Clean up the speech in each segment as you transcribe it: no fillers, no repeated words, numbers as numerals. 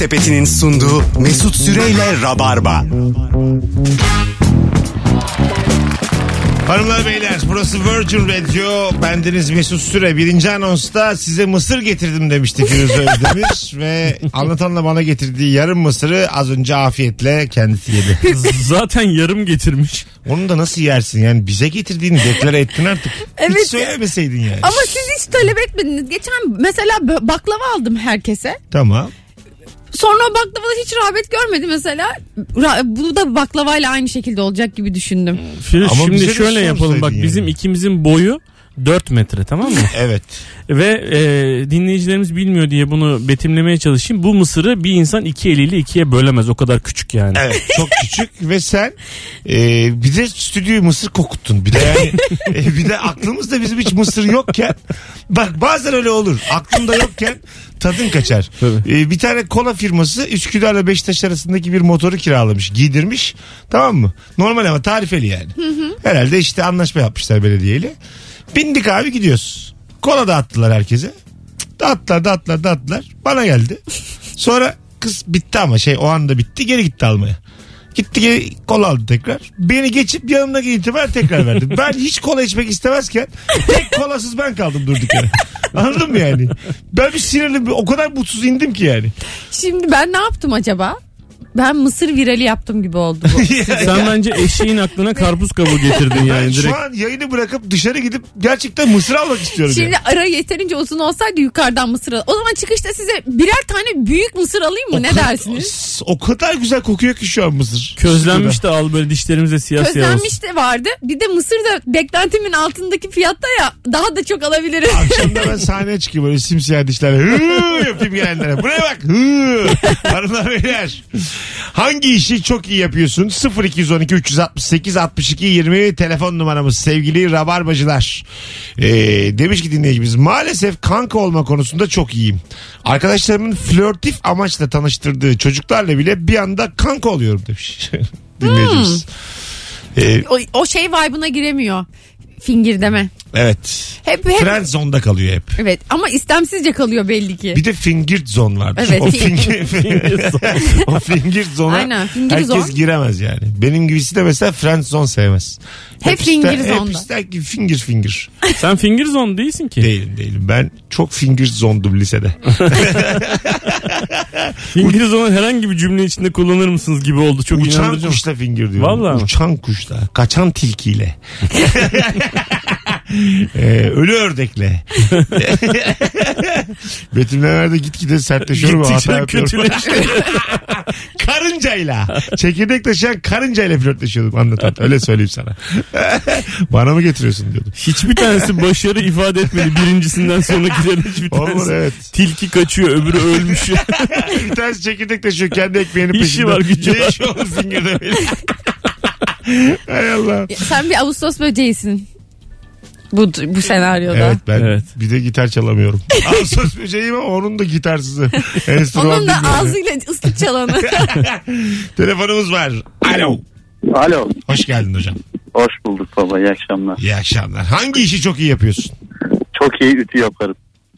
Sepeti'nin sunduğu Mesut Süreyle Rabarba. Hanımlar beyler, burası Virgin Radio. Bendeniz Mesut Süre. Birinci anonsta size mısır getirdim demişti Firuze Özdemir. Ve anlatanla bana getirdiği yarım mısırı az önce afiyetle kendisi yedi. Zaten yarım getirmiş. Onu da nasıl yersin yani, bize getirdiğini deklare ettin artık. Evet. Hiç söylemeseydin yani. Ama siz hiç talep etmediniz. Geçen mesela baklava aldım herkese. Tamam. Sonra o baklavada hiç rağbet görmedi mesela. Bu da baklavayla aynı şekilde olacak gibi düşündüm. Firuze, Ama şimdi şöyle yapalım bak, yani. Bizim ikimizin boyu 4 metre, tamam mı? Evet. Ve dinleyicilerimiz bilmiyor diye bunu betimlemeye çalışayım. Bu mısırı bir insan iki eliyle ikiye bölemez, o kadar küçük yani. Evet, çok küçük ve sen bir de stüdyoyu mısır kokuttun. Bir de yani bir de aklımızda bizim hiç mısır yokken, bak bazen öyle olur. Aklında yokken tadın kaçar. Bir tane kola firması Üsküdar'la Beşiktaş arasındaki bir motoru kiralamış, giydirmiş. Tamam mı? Normal ama tarifeli yani. Herhalde işte anlaşma yapmışlar belediyeyle. Bindik abi, gidiyoruz. Kola dağıttılar herkese. Dağıttılar. Bana geldi. Sonra kız bitti ama o anda bitti. Geri gitti almaya. Gitti geri kola aldı tekrar. Beni geçip yanımdaki itibar tekrar verdi. Ben hiç kola içmek istemezken tek kolasız ben kaldım durduk yere. Anladın mı yani? Ben bir sinirli, o kadar mutsuz indim ki yani. Şimdi ben ne yaptım acaba? Ben mısır virali yaptım gibi oldu bu. Sen bence eşeğin aklına karpuz kabuğu getirdin yani Ben direkt. şu an yayını bırakıp dışarı gidip gerçekten mısır almak istiyorum. Şimdi yani. ara yeterince uzun olsaydı yukarıdan mısır al. O zaman çıkışta size birer tane büyük mısır alayım mı? Ne dersiniz? O kadar güzel kokuyor ki şu an mısır. Közlenmiş de al, böyle dişlerimize siyah siyah olsun. Közlenmiş de vardı. Bir de mısır da beklentimin altındaki fiyatta ya, daha da çok alabilirim. Akşamda ben sahneye çıkayım böyle simsiyah dişlerle hı yapayım gelenlere. Buraya bak hı. Hanımlar beyler. Hangi işi çok iyi yapıyorsun? 0212 368 62 20 telefon numaramız sevgili rabarbacılar. Demiş ki dinleyicimiz, maalesef kanka olma konusunda çok iyiyim. Arkadaşlarımın flörtif amaçla tanıştırdığı çocuklarla bile bir anda kanka oluyorum demiş dinleyicimiz. O vibe'ına giremiyor. Fingir deme. Evet. Hep. Friend zone'da kalıyor hep. Evet ama istemsizce kalıyor belli ki. Bir de finger zone vardır. Evet. O finger zone'a Aynen, finger herkes zone. giremez yani. Benim gibisi de mesela friend zone sevmez. Hep finger zone'da. Hep ister ki finger. Sen finger zone değilsin ki. Değilim. Ben çok finger zone'dum lisede. Finger zone'u herhangi bir cümle içinde kullanır mısınız gibi oldu. Çok Uçan inandırıcı. kuşla finger diyorum. Vallahi. Uçan kuşla. Kaçan tilkiyle. Ölü ördekle. Betimlemelerde gitgide sertleşiyorum. Gittikçe Hata yapıyorum. kötüleşiyor. Karıncayla. Çekirdek taşıyan karıncayla flörtleşiyordum, anlatan. Öyle söyleyeyim sana. Bana mı getiriyorsun diyordum. Hiçbir tanesi başarı ifade etmedi. Birincisinden sonrakilerin hiçbir tanesi. Olur, evet. Tilki kaçıyor, öbürü ölmüş. Bir tanesi çekirdek taşıyor, kendi ekmeğinin peşinde. İşi var, gücü Ne var. işi olur fingirde benim. Hay Allah. Sen bir Ağustos böceğisin. Bu senaryoda. Evet, ben Evet. bir de gitar çalamıyorum. Ağustos böceğim ama onun da gitarsızı. Enstrüman Onun da bilmiyorum. ağzıyla ıslık çalanı. Telefonumuz var. Alo. Alo. Hoş geldin hocam. Hoş bulduk baba, iyi akşamlar. İyi akşamlar. Hangi işi çok iyi yapıyorsun? Çok iyi ütü yaparım.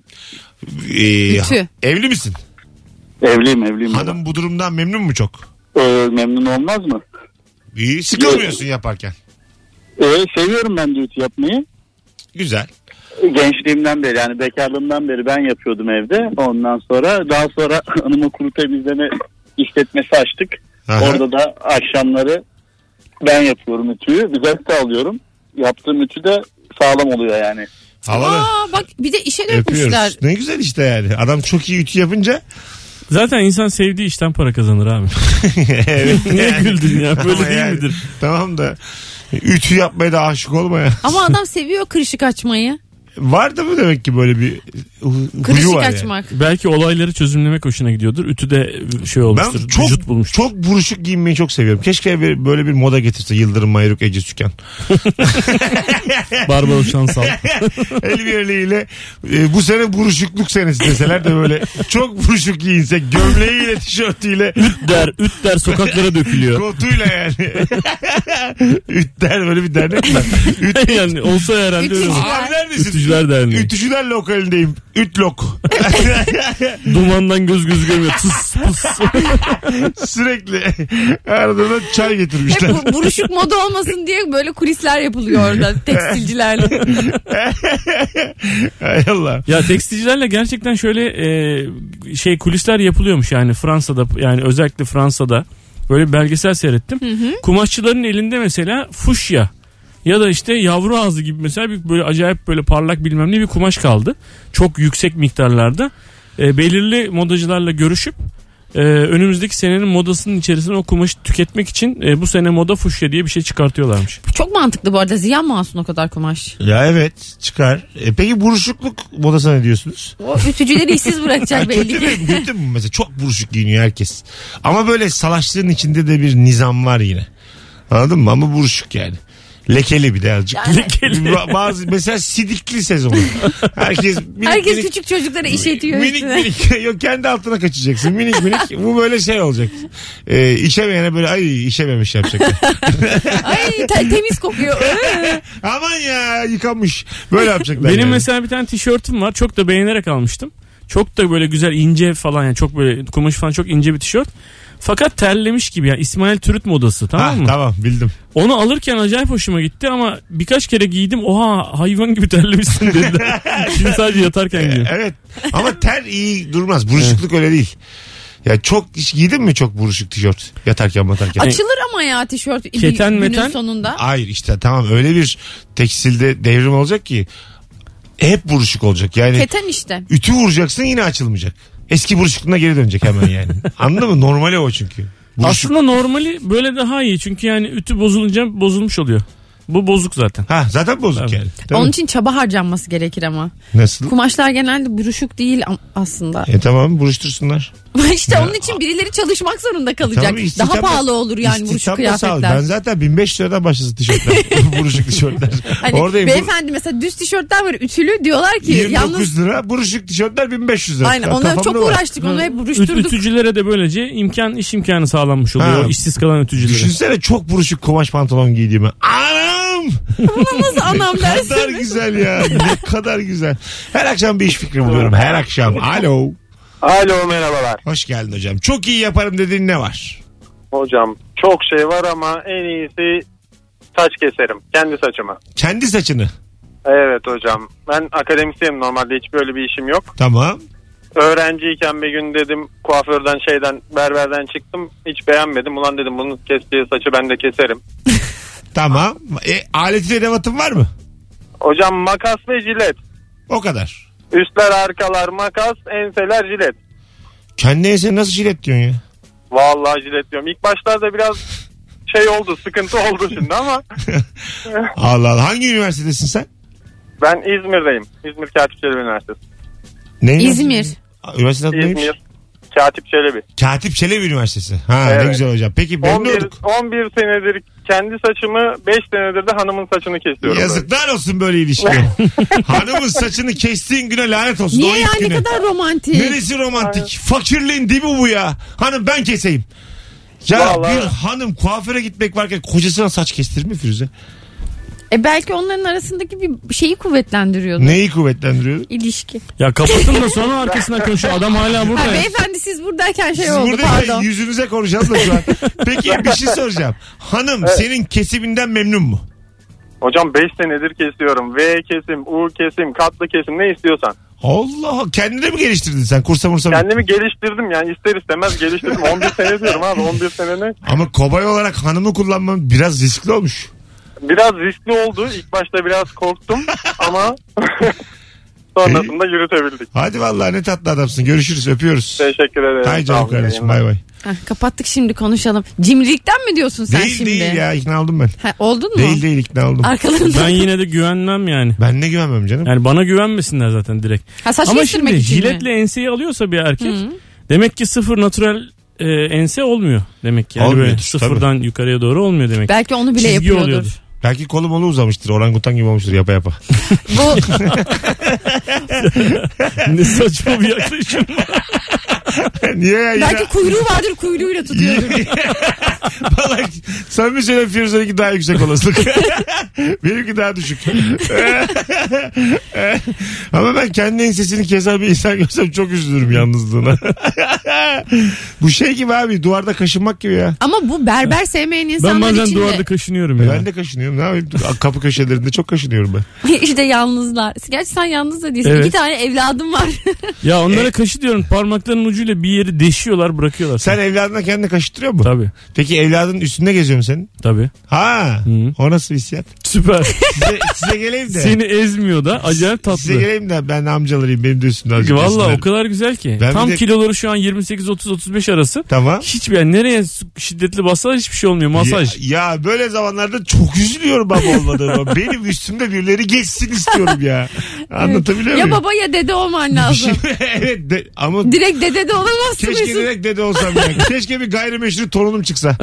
Ütü. Evli misin? Evliyim. Hanım bu durumdan memnun mu çok? Memnun olmaz mı? İyi. Sıkılmıyorsun yaparken. Seviyorum ben de ütü yapmayı. Güzel. Gençliğimden beri, yani bekarlığımdan beri ben yapıyordum evde. Ondan sonra daha sonra anaokulu temizleme işletmesi açtık. Aha. Orada da akşamları ben yapıyorum ütüyü. Güzel alıyorum. Yaptığım ütü de sağlam oluyor yani. Havalı. Bak bir de işe dökmüşler. Öpüyoruz. Ne güzel işte yani. Adam çok iyi ütü yapınca. Zaten insan sevdiği işten para kazanır abi. Evet. Niye güldün ya? Böyle Ama değil yani, midir? Tamam da ütü yapmaya da aşık olma ya. Ama adam seviyor kırışık açmayı. Vardı mı demek ki böyle bir huyu Kırışık var yani. açmak. Belki olayları çözümlemek hoşuna gidiyordur. Ütüde şey olmuştur. Ben Vücut bulmuştur. çok buruşuk giyinmeyi çok seviyorum. Keşke böyle bir moda getirse Yıldırım Mayruk Ece Sükan. Barbaros Şansal. El birliğiyle bu sene buruşukluk senesi deseler de böyle çok buruşuk giyinsek, gömleğiyle tişörtüyle, Üt der sokaklara dökülüyor. kotuyla yani. Ütter böyle bir dernek var. Yani olsa herhalde öyle olur. Abi neredesin? Ütücüler Derneği. Ütücüler lokalindeyim. Ütlok. Dumandan göz görmüyor. Tıs pıs. Sürekli arada da çay getirmişler. Hep buruşuk moda olmasın diye böyle kulisler yapılıyor orada tekstilcilerle. Hay Allah. Ya tekstilcilerle gerçekten şöyle kulisler yapılıyormuş yani Fransa'da, yani özellikle Fransa'da böyle bir belgesel seyrettim. Kumaşçıların elinde mesela fuşya ya da işte yavru ağzı gibi mesela bir böyle acayip böyle parlak bilmem ne bir kumaş kaldı. Çok yüksek miktarlarda. Belirli modacılarla görüşüp önümüzdeki senenin modasının içerisine o kumaşı tüketmek için bu sene moda fuşya diye bir şey çıkartıyorlarmış. Çok mantıklı bu arada. Ziyan mı alsın o kadar kumaş? Ya evet çıkar. Peki buruşukluk modasına ne diyorsunuz? O ütücüleri işsiz bırakacak belli ki. Kötü mü mesela? Çok buruşuk giyiniyor herkes. Ama böyle salaşlığın içinde de bir nizam var yine. Anladın mı? Ama buruşuk yani. Lekeli bir de azıcık. Yani. Lekeli. Bazı mesela sidikli sezonu. Herkes Küçük çocuklara işetiyor minik üstüne. minik. Yok kendi altına kaçacaksın. Minik minik. Bu böyle şey olacak. İşemeyene böyle ay işememiş yapacaklar. Ay temiz kokuyor. Aman ya yıkanmış. Böyle yapacaklar. Benim yani. mesela bir tane tişörtüm var. Çok da beğenerek almıştım. Çok da böyle güzel ince falan yani çok böyle kumaş falan çok ince bir tişört. Fakat terlemiş gibi yani İsmail Türüt modası, tamam mı? Tamam bildim. Onu alırken acayip hoşuma gitti ama birkaç kere giydim. Oha hayvan gibi terlemişsin dediler. Şimdi sadece yatarken giyiyorum. Evet ama ter iyi durmaz. Buruşukluk öyle değil. Ya çok hiç giydin mi çok buruşuk tişört yatarken batarken? Açılır ama ya tişört Keten günün meten. sonunda. Hayır işte tamam öyle bir tekstilde devrim olacak ki hep buruşuk olacak. Yani Keten işte. ütü vuracaksın yine açılmayacak. Eski buruşukluğuna geri dönecek hemen yani. Anladın mı? Normali o çünkü. Buruşuk. Aslında normali böyle daha iyi. Çünkü yani ütü bozulunca bozulmuş oluyor. Bu bozuk zaten. Ha zaten bozuk Evet. yani. Değil Onun mi? için çaba harcanması gerekir ama. Nasıl? Kumaşlar genelde buruşuk değil aslında. Tamam buruştursunlar. İşte onun için birileri çalışmak zorunda kalacak. Tamam, istihdam Daha da- pahalı olur yani buruşuk İstihdam da sağ ol. Ben kıyafetler. zaten 1500 liradan başlasın tişörtler. Buruşuk tişörtler. Hani Oradayım. beyefendi mesela düz tişörtler var ütülü diyorlar ki 29 yalnız lira buruşuk tişörtler 1500 lira. aynen onları çok Kafamda var. uğraştık onu hep buruşturduk. Ütücülere de böylece iş imkanı sağlanmış oluyor. Ha. İşsiz kalan ütücülere. Düşünsene çok buruşuk kumaş pantolon giydiğimi. Anam! Nasıl anam Ne kadar dersin? güzel ya. Ne kadar güzel. Her akşam bir iş fikri buluyorum. Her akşam. Alo. Alo merhabalar. Hoş geldin hocam. Çok iyi yaparım dediğin ne var? Hocam çok şey var ama en iyisi saç keserim. Kendi saçımı. Kendi saçını. Evet hocam. Ben akademisyenim, normalde hiç böyle bir işim yok. Tamam. Öğrenciyken bir gün dedim kuaförden berberden çıktım. Hiç beğenmedim. Ulan dedim bunun kestiği saçı ben de keserim. Tamam. Aleti edevatın var mı? Hocam makas ve jilet. O kadar. Üstler arkalar makas, enseler jilet. Kendi enseni nasıl jilet diyorsun ya? Vallahi jilet diyorum. İlk başlarda biraz sıkıntı oldu şimdi ama. Allah Allah. Hangi üniversitedesin sen? Ben İzmir'deyim. İzmir Katip Çelebi Üniversitesi. Ne İzmir. Üniversite adı neymiş? İzmir Katip Çelebi. Katip Çelebi Üniversitesi. Ha Evet. ne güzel hocam. Peki memnun olduk. 11 senedir kendi saçımı, 5 senedir de hanımın saçını kesiyorum. Yazıklar olsun böyle ilişki. Hanımın saçını kestiğin güne lanet olsun. Niye o ya ilk ne güne. kadar romantik. Neresi romantik? Fakirliğin dibi bu ya. Hanım ben keseyim. Ya Vallahi. bir hanım kuaföre gitmek varken kocasına saç kestirir mi Firuze? Belki onların arasındaki bir şeyi kuvvetlendiriyordu. Neyi kuvvetlendiriyor? İlişki. Ya kapatın da sonra arkasına konuşuyor. Adam hala burada. Ha, ya. beyefendi siz buradayken şey Siz oldu burada pardon. yüzünüze konuşalım da şu an. Peki bir şey soracağım. Hanım senin kesiminden memnun mu? Hocam 5 senedir kesiyorum. V kesim, U kesim, katlı kesim, ne istiyorsan. Allah kendini mi geliştirdin sen? Kursa mı? Kendimi geliştirdim yani, ister istemez geliştirdim. 11 sene diyorum abi, 11 sene ne? Ama kobay olarak hanımı kullanman biraz riskli olmuş. Biraz riskli oldu. İlk başta biraz korktum ama sonrasında yürütebildik. Hadi vallahi ne tatlı adamsın. Görüşürüz öpüyoruz. Teşekkür ederim. Hay Sağ canım olun, kardeşim yayınlar. bay bay. Kapattık şimdi konuşalım. Cimrilikten mi diyorsun sen Değil şimdi? değil ya ikna oldum ben. Oldun mu? Değil ikna oldum. Arkalarında. Ben yine de güvenmem yani. Ben ne güvenmem canım. Yani bana güvenmesinler zaten direkt. Ha, saç Ama kestirmek şimdi için mi? jiletle enseyi alıyorsa bir erkek demek ki sıfır natürel ense olmuyor demek ki. Yani Olmuyordur, böyle sıfırdan yukarıya doğru olmuyor demek. Belki onu bile Çizgi yapıyordur. oluyordur. Belki kolum onu uzamıştır. Orangutan gibi olmuştur yapa yapa. Bu Ne saçma bir yaklaşım. Niye ya? belki kuyruğu vardır kuyruğuyla tutuyordur. Vallahi samimi söylüyorum, Firuze'ninki daha yüksek olasılık. Benimki daha düşük. Ama ben kendi ensesini kesen bir insan görsem çok üzülürüm yalnızlığına. Bu şey gibi abi, duvarda kaşınmak gibi ya. Ama bu berber sevmeyen insanlar Ben bazen için duvarda de kaşınıyorum ya. Ben de kaşınıyorum. Ne yapayım? Kapı köşelerinde çok kaşınıyorum ben. işte yalnızlar. Gerçi sen yalnız da değilsin. Evet. 2 tane evladım var. Ya onlara kaşı diyorum, parmaklarının ucuyla bir yeri deşiyorlar, bırakıyorlar. Sen evladına kendini kaşıttırıyor musun? Tabii. Peki evladın üstünde geziyor mu senin? Tabii. Ha, Hı. o nasıl hissiyat? Süper. Size geleyim de. Seni ezmiyor da, acayip tatlı. Size geleyim de ben amcalarıyım, benim de üstümde azıcık. Valla üstümde. o kadar güzel ki. Ben Tam bir de- kiloları şu an 28-30-35 arası. Tamam. Hiçbir yani nereye şiddetli bassalar hiçbir şey olmuyor. Masaj. Ya böyle zamanlarda çok üzülüyorum baba olmadığıma. Benim üstümde birileri geçsin istiyorum ya. Anlatabiliyor Ya muyum? baba ya dede olman Bir lazım. şey- evet ama Direkt dede de olamazsın keşke Mesut. direkt dede olsam ya. Keşke bir gayrimeşru torunum çıksa.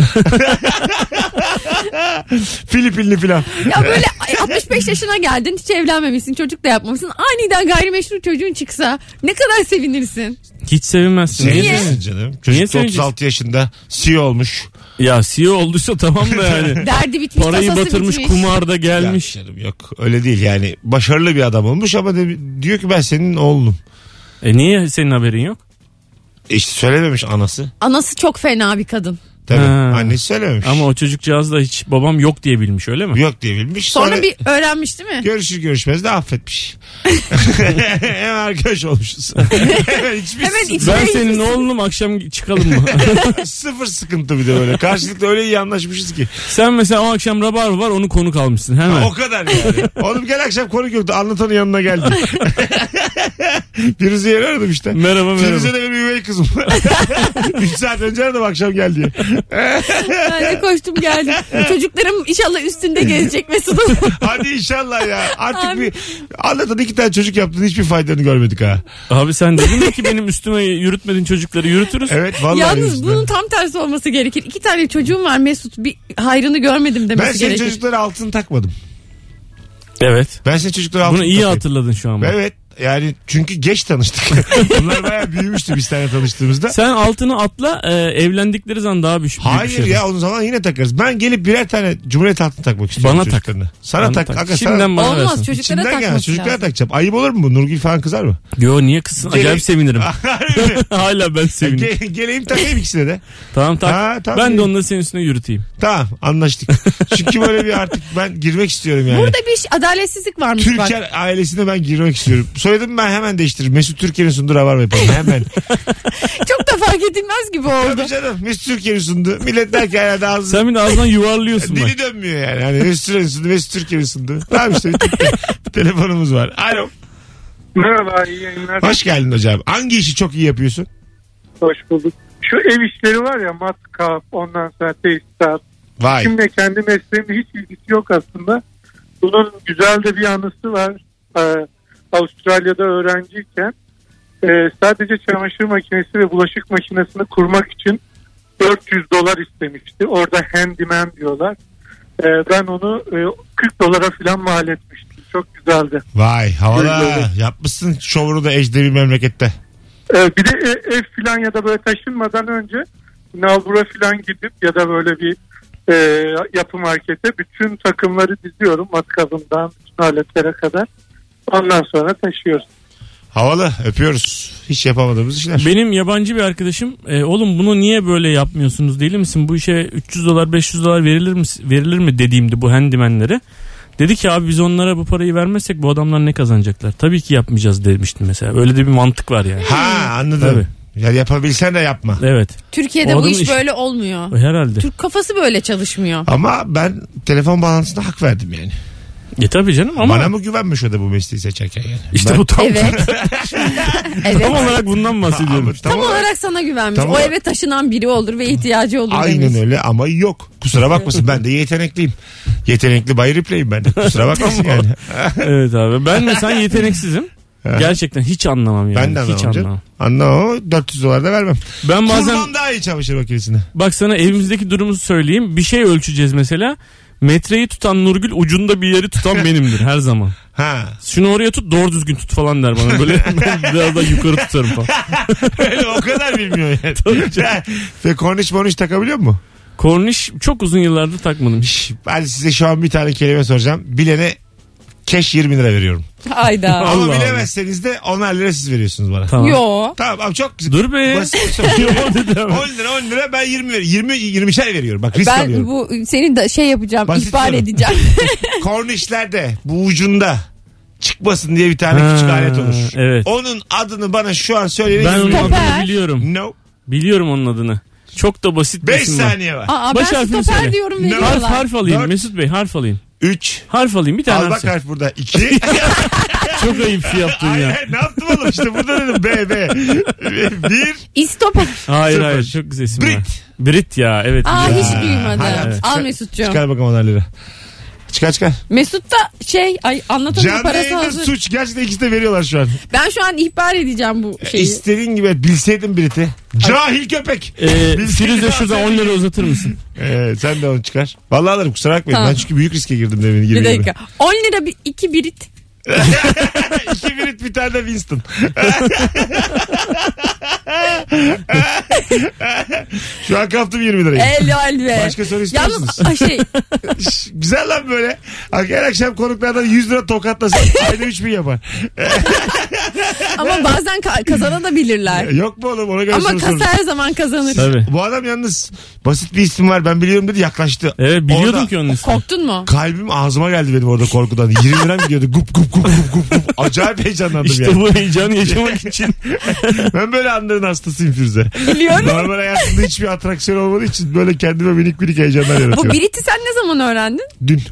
Filipinli filan. Ya böyle 65 yaşına geldin, hiç evlenmemişsin, çocuk da yapmamışsın. Aniden gayrimeşru çocuğun çıksa ne kadar sevinirsin. Hiç sevinmezsin. Niye? Niye? Canım. Niye Çocuk da sevineceksin? 36 yaşında CEO olmuş. Ya CEO olduysa tamam da yani. Derdi bitmiş, Parayı tasası batırmış, bitmiş. kumarda gelmiş. Ya canım yok öyle değil yani. Başarılı bir adam olmuş ama diyor ki ben senin oğlunum. Niye senin haberin yok? İşte söylememiş anası. Anası çok fena bir kadın. Tabii Ha. annesi söylememiş. Ama o çocukcağız da hiç babam yok diye bilmiş, öyle mi? Yok diye bilmiş. Sonra bir öğrenmiş değil mi? Görüşür görüşmez de affetmiş. Hemen arkadaş olmuşuz. Hemen içine Ben gitmiş. senin oğlunum, akşam çıkalım mı? Sıfır sıkıntı bir de böyle. Karşılıklı öyle iyi anlaşmışız ki. Sen mesela o akşam Rabarba var, onu konuk almışsın hemen. O kadar yani. Oğlum gel akşam konuk yoktu. Anlatanın yanına geldi. Firuze'yi aradım işte. Merhaba Firuze de benim üvey kızım. 3 saat önce aradım akşam gel diye. Ben de koştum geldim. Çocuklarım inşallah üstünde gezecek Mesut'un. Hadi inşallah ya. Artık Abi. bir anlatan 2 tane çocuk yaptın. Hiçbir faydanı görmedik ha. Abi sen dedin mi ki benim üstüme yürütmediğin çocukları yürütürüz? Evet vallahi. Yalnız yüzünden. bunun tam tersi olması gerekir. 2 tane çocuğum var Mesut, bir hayrını görmedim Ben demesi senin gerekir. çocuklara altın takmadım. Evet. Ben senin çocuklara altın Bunu iyi takayım. hatırladın şu an. bak. Evet. Yani çünkü geç tanıştık. Bunlar bayağı büyümüştü biz seninle tanıştığımızda. Sen altını atla, evlendikleri zaman daha büyük bir Hayır şey. ya, o zaman yine takarız. Ben gelip birer tane Cumhuriyet altını takmak istiyorum. Bana tak. çocuklarına. Sana Bana tak. tak. Aga, Şimdiden sana... bana Olmaz, versin. çocuklara İçinden gelmez. takması Çocuklara lazım. takacağım. Ayıp olur mu? Nurgül falan kızar mı? Yo, niye kızsın? Geleyim. Acayip sevinirim. Hala ben sevinirim. Geleyim takayım ikisine de. Tamam tak. Ha, tamam, ben de geleyim. onları senin üstüne yürüteyim. Tamam anlaştık. Çünkü böyle bir artık ben girmek istiyorum yani. Burada bir adaletsizlik varmış bak. Türker ailesine ben girmek istiyorum. Soyadımı ben hemen değiştiririm. Mesut Türker'in sunduğu Rabarba yapalım hemen. Çok da fark edilmez gibi oldu. Tabii canım, Mesut Türker'in sunduğu. Millet der ki herhalde ağzı. Sen bir de ağzından yuvarlıyorsun bak. Dili dönmüyor yani. Hani Mesut Türker'in sunduğu, Mesut Türker'in sunduğu. Tamam işte bitti. Telefonumuz var. Alo. Merhaba, iyi yayınlar. Hoş geldin hocam. Hangi işi çok iyi yapıyorsun? Hoş bulduk. Şu ev işleri var ya, matkap, ondan sonra tesisat. Vay. Şimdi kendi mesleğimle hiç ilgisi yok aslında. Bunun güzel de bir anısı var. Avustralya'da öğrenciyken sadece çamaşır makinesi ve bulaşık makinesini kurmak için $400 istemişti. Orada handyman diyorlar. Ben onu $40 falan mal etmiştim. Çok güzeldi. Vay havalı. Öyle. Yapmışsın şovunu da ecnebi memlekette. Bir de ev falan ya da böyle taşınmadan önce nalbura falan gidip ya da böyle bir yapı markete bütün takımları diziyorum, matkabından bütün aletlere kadar. Ondan sonra taşıyoruz. Havalı, öpüyoruz. Hiç yapamadığımız işler. Benim yabancı bir arkadaşım oğlum bunu niye böyle yapmıyorsunuz, deli misin, bu işe $300 $500 verilir mi dediğimdi bu handymanlere. Dedi ki abi biz onlara bu parayı vermezsek bu adamlar ne kazanacaklar? Tabii ki yapmayacağız demiştim mesela. Öyle de bir mantık var yani. Ha anladım. Tabii. Ya yapabilsen de yapma. Evet. Türkiye'de O bu adamın iş işi. böyle olmuyor. Herhalde. Türk kafası böyle çalışmıyor. Ama ben telefon bağlantısına hak verdim yani. Tabii canım ama Bana mı güvenmiş o da bu mesleği seçerken yani? işte Ben- bu tam, Evet. Evet. tam olarak bundan bahsediyorum. Ama Tam olarak sana güvenmiş. Tam o olarak- eve taşınan biri olur ve ihtiyacı olur Aynen demiş. öyle ama yok. Kusura bakmasın, ben de yetenekliyim. Yetenekli Bay Ripley'im ben de. Kusura bakmasın yani. Evet abi. Ben mesela yeteneksizim. Gerçekten hiç anlamam yani. Ben de hiç anlamam canım. anlamam. Anlamam ama $400 da vermem. Ben bazen Kurban daha iyi çamaşır makinesini. bak sana evimizdeki durumu söyleyeyim. Bir şey ölçeceğiz mesela. Metreyi tutan Nurgül, ucunda bir yeri tutan benimdir her zaman. Ha. Şunu oraya tut, doğru düzgün tut falan der bana. Böyle ben biraz daha yukarı tutarım falan. Öyle o kadar bilmiyor yani. Ve korniş takabiliyor mu? Korniş çok uzun yıllardır takmadım. Ben size şu an bir tane kelime soracağım. Bilene keş 20 lira veriyorum. Hayda. Ama Allah bilemezseniz de 10 lira siz veriyorsunuz bana. Tamam. Yo. Tamam abi çok güzel. Dur be. Basit bir soru. 10 lira ben 20 veriyorum. 20'şer veriyorum. Bak risk Ben alıyorum. bu senin de şey yapacağım. Basit ihbar soru. edeceğim. Kornişlerde bu ucunda çıkmasın diye bir tane Ha, küçük alet olur. evet. Onun adını bana şu an söyleyin. Ben onun Stoper. adını biliyorum. No. Biliyorum onun adını. Çok da basit bir 5 isim var. saniye var. Aa, Baş ben harfini stoper söyle. diyorum Ne? veriyorlar. Harf alayım 4. Mesut Bey, harf alayım. 3. Harf alayım, bir tane Al harf. bak söyle. harf burada. 2. Çok ayıp şey yaptın Hayır, ya. hayır, ne yaptım oğlum işte burada dedim B. 1. İstoper. Hayır Sıfır. hayır, çok güzel isim Brit. var. Brit ya, evet. Aa biliyorum. hiç duymadım. Hadi, Al Mesut'cuğum. Çıkar bakalım 10 lira. Çıkar. Mesut da anlatamam Canlı parası yayında hazır. suç. Gerçekten ikisi de veriyorlar şu an. Ben şu an ihbar edeceğim bu şeyi. İstediğin gibi bilseydin Brit'i. Cahil köpek. Firuze şuradan 10 lira uzatır mısın? Sen de onu çıkar. Vallahi alırım kusura bakmayın. Tamam. Ben çünkü büyük riske girdim demin. Bir dakika. 10 lira 2 birit. 2 Brit bir tane de Winston. Şu an kaptım 20 lirayı. El be. Başka soru istiyor musunuz? Yalnız Güzel lan böyle. Her akşam konuklardan 100 lira tokatlasın. Ayda 3000 yapar. ama bazen kazanabilirler. Yok mu oğlum ona göre Ama soru sorun. kasa her zaman kazanır. Tabii. Bu adam yalnız basit bir isim var ben biliyorum dedi yaklaştı. Evet, biliyordum Orada ki onun ismini. Korktun mu? kalbim ağzıma geldi benim orada korkudan. 20 liram gidiyordu. Gup gup gup gup gup gup. Acayip heyecanlandım İşte yani. bu heyecanı yaşamak için. Ben böyle anların hastasıyım Firuze. Biliyorum. Normal hayatımda hiçbir atraksiyon olmadığı için böyle kendime minik heyecanlar Bu yaratıyorum. biriti sen ne zaman öğrendin? Dün.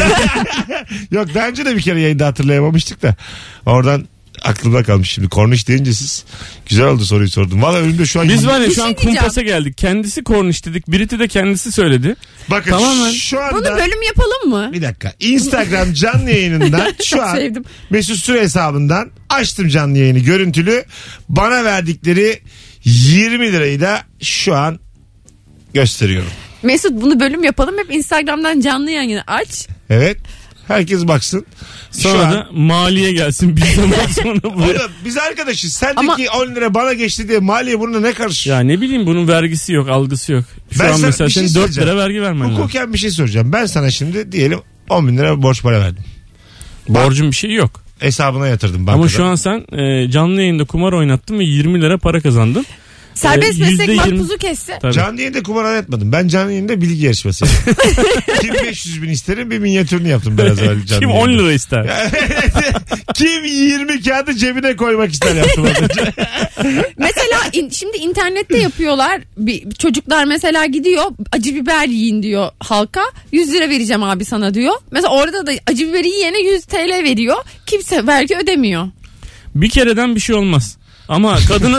Yok daha önce de bir kere yayında hatırlayamamıştık da. Oradan aklımda kalmış şimdi. Korniş deyince siz güzel oldu soruyu sordum. Valla önümde şu an... Biz var ya Bir şu an şey diyeceğim. kumpasa geldik. Kendisi Korniş dedik. Brit'i de kendisi söyledi. Bakın Tamamen. şu anda... Bunu bölüm yapalım mı? Bir dakika. Instagram canlı yayınından şu Çok an sevdim. Mesut Süre hesabından açtım canlı yayını görüntülü. Bana verdikleri 20 lirayı da şu an gösteriyorum. Mesut bunu bölüm yapalım. Hep Instagram'dan canlı yayını aç. Evet. Herkes baksın. Sonra da maliye gelsin bir zaman sonra buraya. Oğlum biz arkadaşız. Sendeki Ama- 10 lira bana geçti diye maliye bununla ne karışıyor? Ya ne bileyim, bunun vergisi yok, algısı yok. Şu Ben an sana mesela bir şey senin 4 söyleyeceğim. lira vergi vermen lazım. Hukuken bir şey soracağım. Ben sana şimdi diyelim 10 bin lira borç para verdim. Borcun bir şey yok. Hesabına yatırdım bankada. Ama şu an sen canlı yayında kumar oynattın ve 20 lira para kazandın. Serbest meslek %20 makbuzu kesse. Tabii. Canlı yayında kumar oynatmadım. Ben canlı yayında bilgi yarışması yaptım. Kim 500 bin isterim bir minyatürünü yaptım biraz evvel canlı Kim yayında. 10 lira ister? Kim 20 kağıdı cebine koymak ister yaptım az önce. Mesela şimdi internette yapıyorlar. Çocuklar mesela gidiyor acı biber yiyin diyor halka. 100 lira vereceğim abi sana diyor. Mesela orada da acı biberi yiyene 100 TL veriyor. Kimse vergi ödemiyor. Bir kereden bir şey olmaz. Ama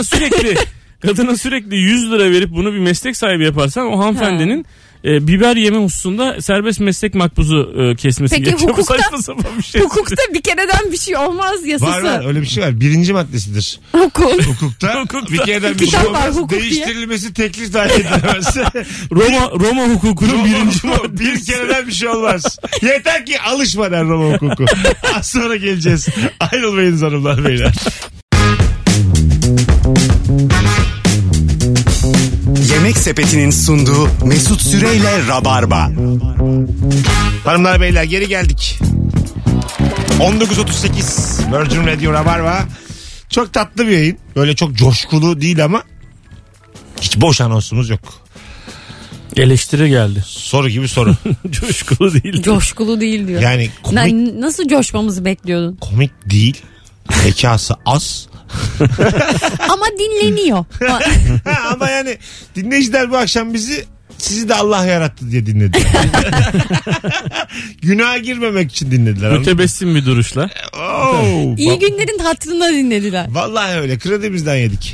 kadına sürekli 100 lira verip bunu bir meslek sahibi yaparsan o hanımefendinin biber yeme hususunda serbest meslek makbuzu kesmesi Peki gerekiyor. Bu hukukta- saçma sapan bir şey. Hukukta bir kereden bir şey olmaz yasası. Var öyle bir şey var. 1. maddesidir. Hukuk. Hukukta bir kereden bir şey Kitap var, olmaz. hukuk diye. Değiştirilmesi teklif dahi edilemez. Roma hukukunun birinci maddesi. Bir kereden bir şey olmaz. Yeter ki alışma der Roma hukuku. Az sonra geleceğiz. Ayrılmayınız hanımlar beyler. Yemek Sepeti'nin sunduğu Mesut Süreyle Rabarba. Hanımlar beyler geri geldik. 19.38 Virgin Radio Rabarba. Çok tatlı bir yayın. Böyle çok coşkulu değil ama hiç boş anonsumuz yok. Eleştiri geldi. Soru gibi soru. Coşkulu değil. Coşkulu değil diyor. Yani Nasıl coşmamızı bekliyordun? komik değil. Zekası az. Ama dinleniyor. Ama yani dinleyiciler bu akşam sizi de Allah yarattı diye dinlediler. Günaha girmemek için dinlediler. anladın mı? Mütebessim bir duruşla. Oo, İyi günlerin hatırına dinlediler. Vallahi öyle. Kredimizden yedik.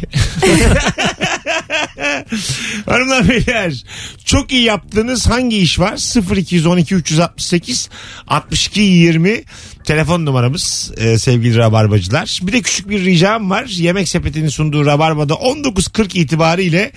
Hanımlar beyler çok iyi yaptığınız hangi iş var? 0212 368 62 20 telefon numaramız sevgili rabarbacılar. Bir de küçük bir ricam var. Yemek Sepeti'nin sunduğu Rabarba'da 19.40 itibariyle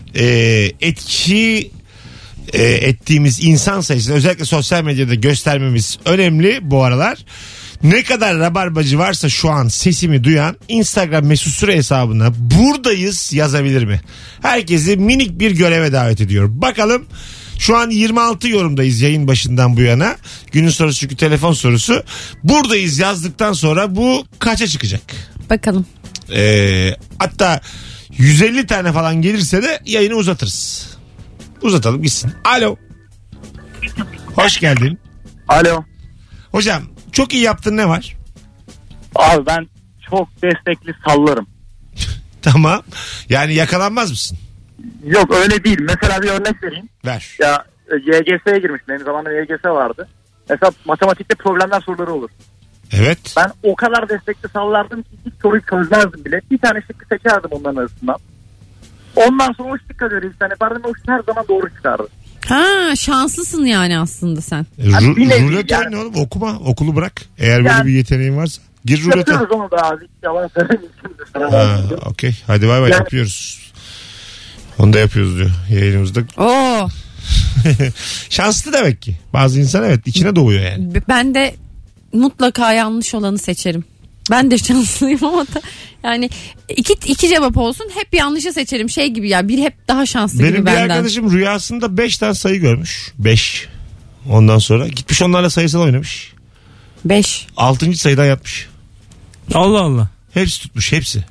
ettiğimiz insan sayısını özellikle sosyal medyada göstermemiz önemli bu aralar. Ne kadar rabarbacı varsa şu an sesimi duyan Instagram Mesut Süre hesabına buradayız yazabilir mi? Herkesi minik bir göreve davet ediyorum. Bakalım Şu an 26 yorumdayız yayın başından bu yana. Günün sorusu çünkü telefon sorusu. Buradayız yazdıktan sonra bu kaça çıkacak? Bakalım. Hatta 150 tane falan gelirse de yayını uzatırız. Uzatalım gitsin. Alo. Hoş geldin. Alo. Hocam çok iyi yaptın, ne var? Abi ben çok destekli sallarım. Tamam. Yani yakalanmaz mısın? Yok öyle değil. Mesela bir örnek vereyim. Ver. Ya YGS'ye girmiştim. Benim zamanımda YGS vardı. Mesela matematikte problemler soruları olur. Evet. Ben o kadar destekli sallardım ki hiç soruyu çözmezdim bile. Bir tane şıkkı seçerdim onların arasından. Ondan sonra o şıkka göre bir tane yapardım. O şık her zaman doğru çıkardı. Ha, şanslısın yani aslında sen. Rulet yani. oyna oğlum, okuma. Okulu bırak. Eğer böyle Yani- bir yeteneğin varsa. Gir rulete. Yapıyoruz onu da abi. Yalan söylemeyeyim. Okey. Hadi bay bay, Yani- yapıyoruz. Onu da yapıyoruz diyor yayınımızda. Oo, Şanslı demek ki. Bazı insan evet içine doğuyor yani. ben de mutlaka yanlış olanı seçerim. Ben de şanslıyım ama da yani iki cevap olsun, hep yanlışı seçerim. Şey gibi ya, biri hep daha şanslı Benim gibi bir benden. arkadaşım rüyasında 5 tane sayı görmüş. 5. Ondan sonra gitmiş onlarla sayısal oynamış. 5. 6. sayıdan yatmış. Allah Allah. Hepsi tutmuş, hepsi.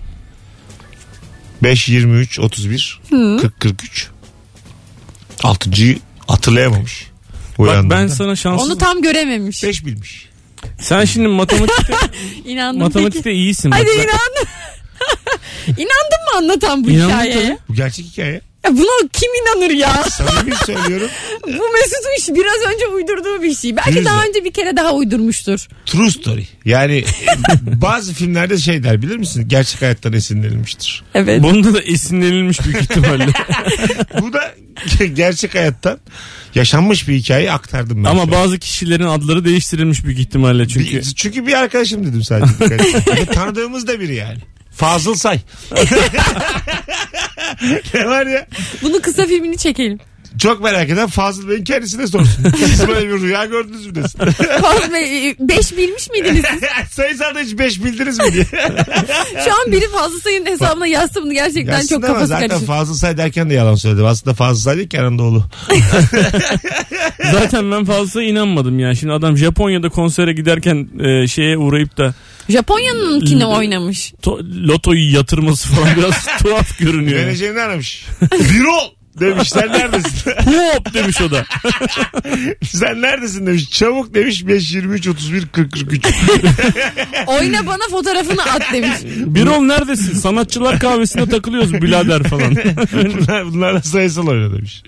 5, 23, 31, 40, 43. 6.'yı hatırlayamamış. Bak ben sana şanssız. Onu tam görememiş. 5 bilmiş. Sen şimdi matematikte İnandım matematikte peki. iyisin. Hadi bak. inandım. İnandın mı anlatan bu İnandım hikayeye? tabii. Bu gerçek hikaye. Ya buna kim inanır ya? Samimi söylüyorum. Bu Mesut'un biraz önce uydurduğu bir şey. Belki Yüzde. daha önce bir kere daha uydurmuştur. True story. Yani bazı filmlerde şey der, bilir misin? Gerçek hayattan esinlenilmiştir. Evet. Bunda da esinlenilmiş büyük ihtimalle. Bu da gerçek hayattan yaşanmış bir hikayeyi aktardım ben. Ama şu an. bazı kişilerin adları değiştirilmiş büyük ihtimalle çünkü. Çünkü bir arkadaşım dedim sadece. Ve tanıdığımız da biri yani. Fazıl Say. Ne var ya? Bunu kısa filmini çekelim. Çok merak eden Fazıl Bey'in kendisine sorsun. Siz böyle bir rüya gördünüz mü desin. Fazla 5 bilmiş miydiniz siz? Sayısalda hiç 5 bildiniz mi diye. Şu an biri Fazla Say'ın hesabına yazsa bunu gerçekten Yazsın çok ama kafası zaten karışır. Fazıl Say derken de yalan söyledim. Aslında Fazıl Say değil, Kenan Doğulu. Zaten ben fazla inanmadım ya. Şimdi adam Japonya'da konsere giderken şeye uğrayıp da Japonya'nınkini oynamış. lotoyu yatırması falan biraz tuhaf görünüyor. Yani. Menajerini aramış. Bir ol demiş, sen neredesin? Hop demiş o da. Sen neredesin demiş. Çabuk demiş, 5, 23, 31, 40, 43. Oyna bana fotoğrafını at demiş. Birol neredesin? Sanatçılar kahvesinde takılıyoruz birader falan. Bunlarla sayısal oyna demiş.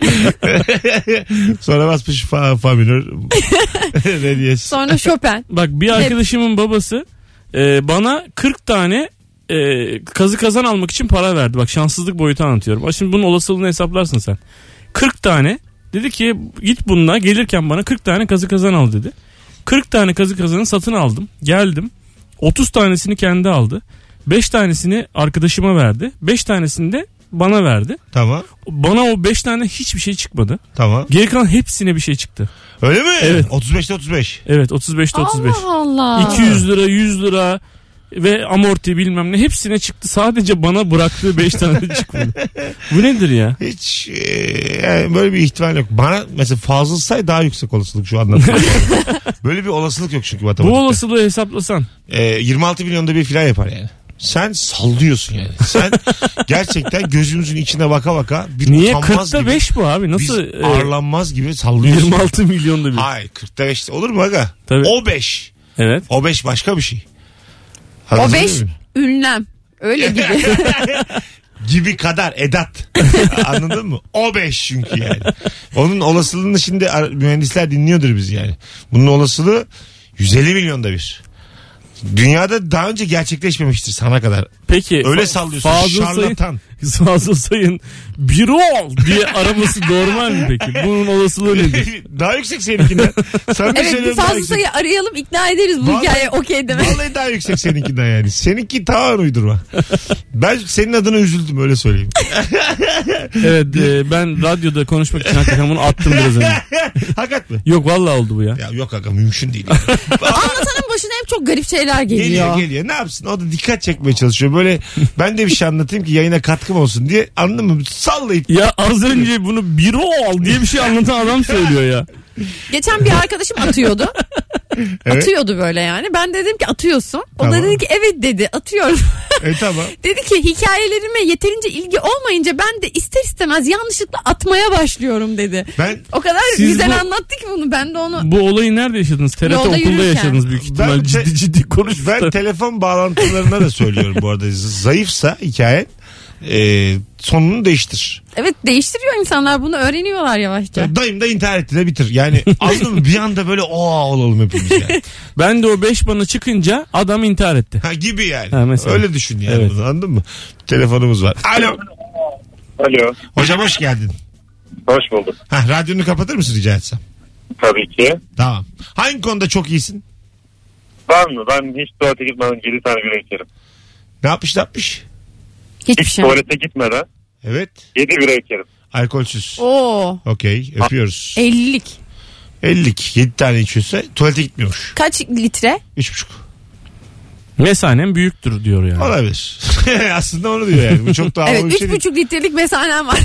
Sonra basmış fa minör. Ne diyesi. Sonra Chopin. Bak bir arkadaşımın babası bana 40 tane kazı kazan almak için para verdi. Bak şanssızlık boyutu anlatıyorum. Bak şimdi bunun olasılığını hesaplarsın sen. 40 tane dedi ki git bununla, gelirken bana 40 tane kazı kazan al dedi. 40 tane kazı kazanı satın aldım. Geldim. 30 tanesini kendi aldı. 5 tanesini arkadaşıma verdi. 5 tanesini de bana verdi. Tamam. Bana o 5 tane hiçbir şey çıkmadı. Tamam. Geri kalan hepsine bir şey çıktı. Öyle mi? Evet. 35'te 35. Evet 35'te 35. Allah Allah. 200 lira 100 lira ve amorti bilmem ne hepsine çıktı. Sadece bana bıraktığı 5 tane çıkmadı. Bu nedir ya? Hiç yani böyle bir ihtimal yok. Bana mesela Fazıl Say daha yüksek olasılık şu anlamda. Böyle bir olasılık yok çünkü matematikte. Bu olasılığı hesaplasan. 26 milyonda bir filan yapar yani. Sen sallıyorsun yani. Sen gerçekten gözümüzün içine baka baka bir Niye? utanmaz 40'ta gibi. 5 bu abi. Nasıl? Biz ağırlanmaz gibi sallıyorsun. 26 milyonda bir. Hayır 40'ta 5 olur mu aga? Tabii. O 5. Evet. O 5 başka bir şey. O Anladın 5 mı? ünlem. Öyle gibi. Gibi kadar edat. Anladın mı? O 5 çünkü yani. Onun olasılığını şimdi mühendisler dinliyordur bizi yani. Bunun olasılığı 150 milyonda bir. Dünyada daha önce gerçekleşmemiştir sana kadar. Peki. Öyle sallıyorsun. Şarlatan. Fazıl Say'ın Birol diye araması normal mi peki? Bunun olasılığı nedir? Daha yüksek seninkinden. Sana Evet, bir söylüyorum, daha Fazla yüksek. Say'ı arayalım, ikna ederiz bu Vallahi- hikaye okey demek. Vallahi daha yüksek seninkinden yani. Seninki tamamen uydurma. Ben senin adına üzüldüm, öyle söyleyeyim. Evet ben radyoda konuşmak için hakikaten bunu attım biraz önce. Hakikat mi? Yok vallahi oldu bu ya. Ya yok aga, mümkün değil. Yani. Anlatanın başına hep çok garip şeyler geliyor. Geliyor. Ne yapsın? O da dikkat çekmeye çalışıyor. Böyle ben de bir şey anlatayım ki yayına katkım olsun diye. Anladın mı? Sallayıp. Ya az önce bunu biro al diye bir şey anlatan adam söylüyor ya. Geçen bir arkadaşım atıyordu. Evet. Atıyordu böyle yani. Ben dedim ki atıyorsun. O Tamam. da dedi ki evet dedi, atıyorum. Tamam. Dedi ki hikayelerime yeterince ilgi olmayınca ben de ister istemez yanlışlıkla atmaya başlıyorum dedi. Ben O kadar Siz güzel bu- anlattı ki bunu. Ben de onu Bu olayı nerede yaşadınız? TRT Yolda okulda yürürken. yaşadınız büyük ihtimal. Ben te- ciddi konuştuk. ben telefon bağlantılarına da söylüyorum bu arada. Zayıfsa hikayen sonunu değiştir. evet değiştiriyor insanlar, bunu öğreniyorlar yavaşça. Dayım da intihar etti de bitir. Yani anladın mı? Bir anda böyle olalım hepimiz yani. Ben de o 5 bana çıkınca adam intihar etti. Ha gibi yani. Ha, mesela. Öyle düşün yani. Evet. Bunu, anladın mı? Telefonumuz var. Alo. Alo. Hocam hoş geldin. Hoş bulduk. Radyonu kapatır mısın rica etsem? Tabii ki. Tamam. Hangi konuda çok iyisin? Var mı? Ben hiç tuvalete gitmeden 7 tane bira içerim. Ne yapmış? Hiçbir Hiç şey. tuvalete gitmeden Evet. 7 bira içerim. Alkolsüz. Oo, Okey. Öpüyoruz. 50'lik. 50'lik. 7 tane içiyorsa tuvalete gitmiyormuş. Kaç litre? 3,5. Mesanem büyüktür diyor yani. Olabilir. Aslında onu diyor yani. Bu çok daha havalı Evet, bir şey değil. 3,5 litrelik mesanem var.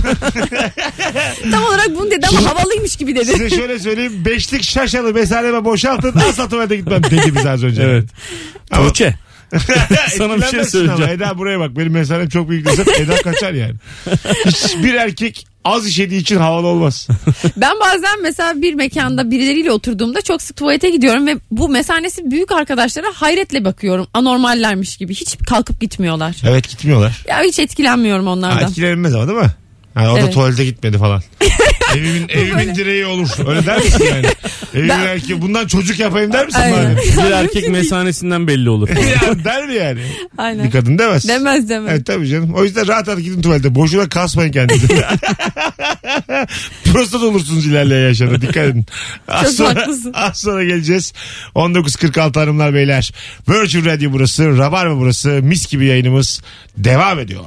Tam olarak bunu dedi ama havalıymış gibi dedi. Size şöyle söyleyeyim. 5'lik şaşalı mesaneme boşaltın. Asla tuvalete gitmem dedi biz az önce. Evet. Ama- Tuğçe. Sana bir şey Etkilenmezsin ama söyleyeceğim. Eda buraya bak. Benim mesanem çok büyük desem Eda kaçar yani. Hiçbir erkek az işediği için havalı olmaz. Ben bazen mesela bir mekanda birileriyle oturduğumda çok sık tuvalete gidiyorum ve bu mesanesi büyük arkadaşlara hayretle bakıyorum. Anormallermiş gibi. Hiç kalkıp gitmiyorlar. Evet gitmiyorlar. Ya hiç etkilenmiyorum onlardan. Etkilenmez ama değil mi? Yani o da Evet. tuvalete gitmedi falan. evimin direği olur. Öyle der misin yani? Evimin erkeği bundan çocuk yapayım der misin? Aynen. bari? Bir erkek mesanesinden belli olur. Ya der mi yani? Aynen. Bir kadın demez. Demez. Evet tabii canım. O yüzden rahat rahat gidin tuvalete. Boşuna kasmayın kendinizi. Prostat olursunuz ilerleyen yaşlarda. Dikkat edin. Çok haklısın. Az sonra geleceğiz. 19.46 hanımlar beyler. Virgin Radio burası. Rabarba burası. Mis gibi yayınımız devam ediyor.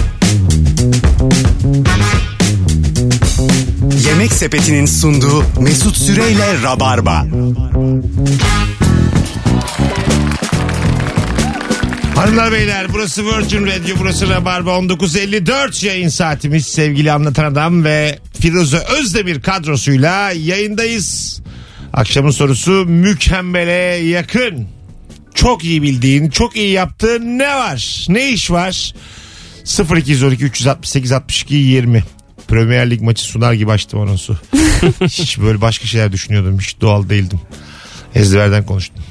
Yemek Sepeti'nin sunduğu Mesut Süreyle Rabarba. Hanımlar beyler burası Virgin Radio, burası Rabarba. 19.54 yayın saatimiz. Sevgili Anlatan Adam ve Firuze Özdemir kadrosuyla yayındayız. Akşamın sorusu mükemmele yakın. Çok iyi bildiğin, çok iyi yaptığın ne var? Ne iş var? 0212 368 62 20. Premier Lig maçı sunar gibi açtım anonsu. Hiç böyle başka şeyler düşünüyordum. Hiç doğal değildim. Ezberden konuştum.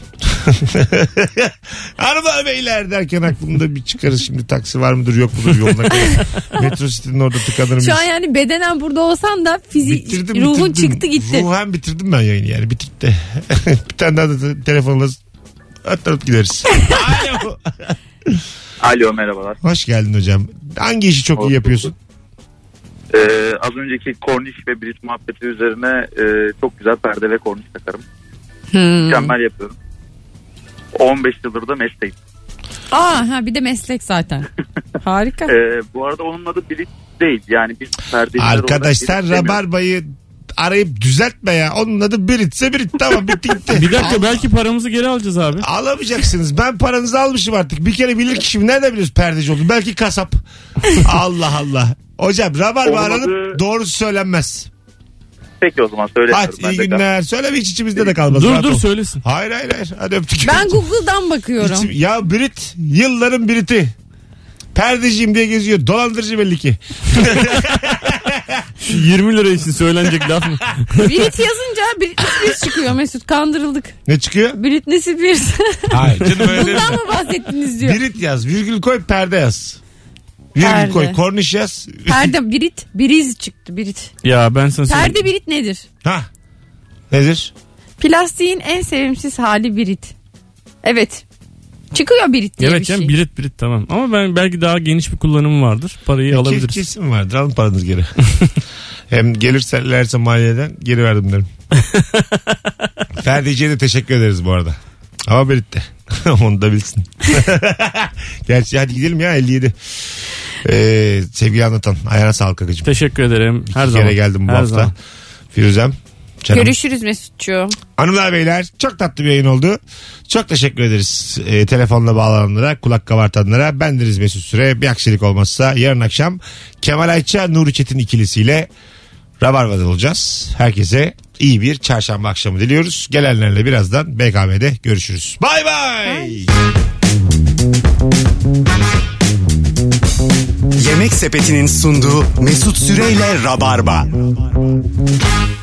Hanımlar beyler derken aklımda bir çıkarız. Şimdi taksi var mıdır yok mudur yoluna kadar. Metro City'nin orada tıkanırım. Şu an yani bedenen burada olsan da ruhun çıktı gitti. Ruhen bitirdim ben yayını yani. Bitik de. Bir tane daha da telefonla atarıp gideriz. Alo. Alo merhabalar. Hoş geldin hocam. Hangi işi çok iyi yapıyorsun? Az önceki korniş ve bridge muhabbeti üzerine çok güzel perde ve korniş takarım. Mükemmel yapıyorum. 15 yıldır da mesleğim. Bir de meslek zaten. Harika. Bu arada onun adı bridge değil. Yani biz perdeciler Arkadaşlar Rabarba'yı arayıp düzeltme ya. Onun adı Britse Brit. Tamam bitti gitti. Bir dakika belki paramızı geri alacağız abi. Alamayacaksınız. Ben paranızı almışım artık. Bir kere bilir kişi nereden biliyoruz perdeci olduğunu? Belki kasap. Allah Allah. Hocam Rabarba aranıp doğrusu söylenmez. Peki o zaman söylemiyorum. Hadi iyi günler. Söyleme hiç içimizde de kalmaz. Dur Rahat ol. söylesin. Hayır. Hadi öptük. Ben Google'dan bakıyorum. Ya Brit yılların Brit'i. Perdeciyim diye geziyor. Dolandırıcı belli ki. 20 lira için söylenecek laf mı? Brit yazınca Britney Spears çıkıyor Mesut. Kandırıldık. Ne çıkıyor? Britney Spears. Hayır canım öyle Bundan mı bahsettiniz diyor. Brit yaz. Virgül koy perde yaz. Virgül Perde. koy korniş yaz. Perde Biriz çıktı Brit. Ya ben sana söyleyeyim. Perde Brit nedir? Ha. Nedir? Plastiğin en sevimsiz hali Brit. Evet. Çıkıyor Brit diye Evet bir canım şey. Brit tamam. Ama ben belki daha geniş bir kullanımı vardır. Parayı alabiliriz. Kesin vardır. Alın paranız geri. Hem gelirse maliyeden geri verdim derim. Ferdici'ye de teşekkür ederiz bu arada. Ama Berit de. Onu da bilsin. Gerçi hadi gidelim ya 57. Sevgili Anlatan. Ayağına sağlık kakacığım. Teşekkür ederim. Her İki zaman. kere geldim bu Her hafta. zaman. Firuzem Canım. Görüşürüz Mesut'cuğum. Hanımlar beyler çok tatlı bir yayın oldu. Çok teşekkür ederiz telefonla bağlananlara, kulak kabartanlara. Bendeniz Mesut Süre. Bir aksilik olmazsa yarın akşam Kemal Ayça, Nuri Çetin ikilisiyle Rabarba'da olacağız. Herkese iyi bir çarşamba akşamı diliyoruz. Gelenlerle birazdan BKM'de görüşürüz. Bay bay. Yemek Sepeti'nin sunduğu Mesut Süreyle Rabarba.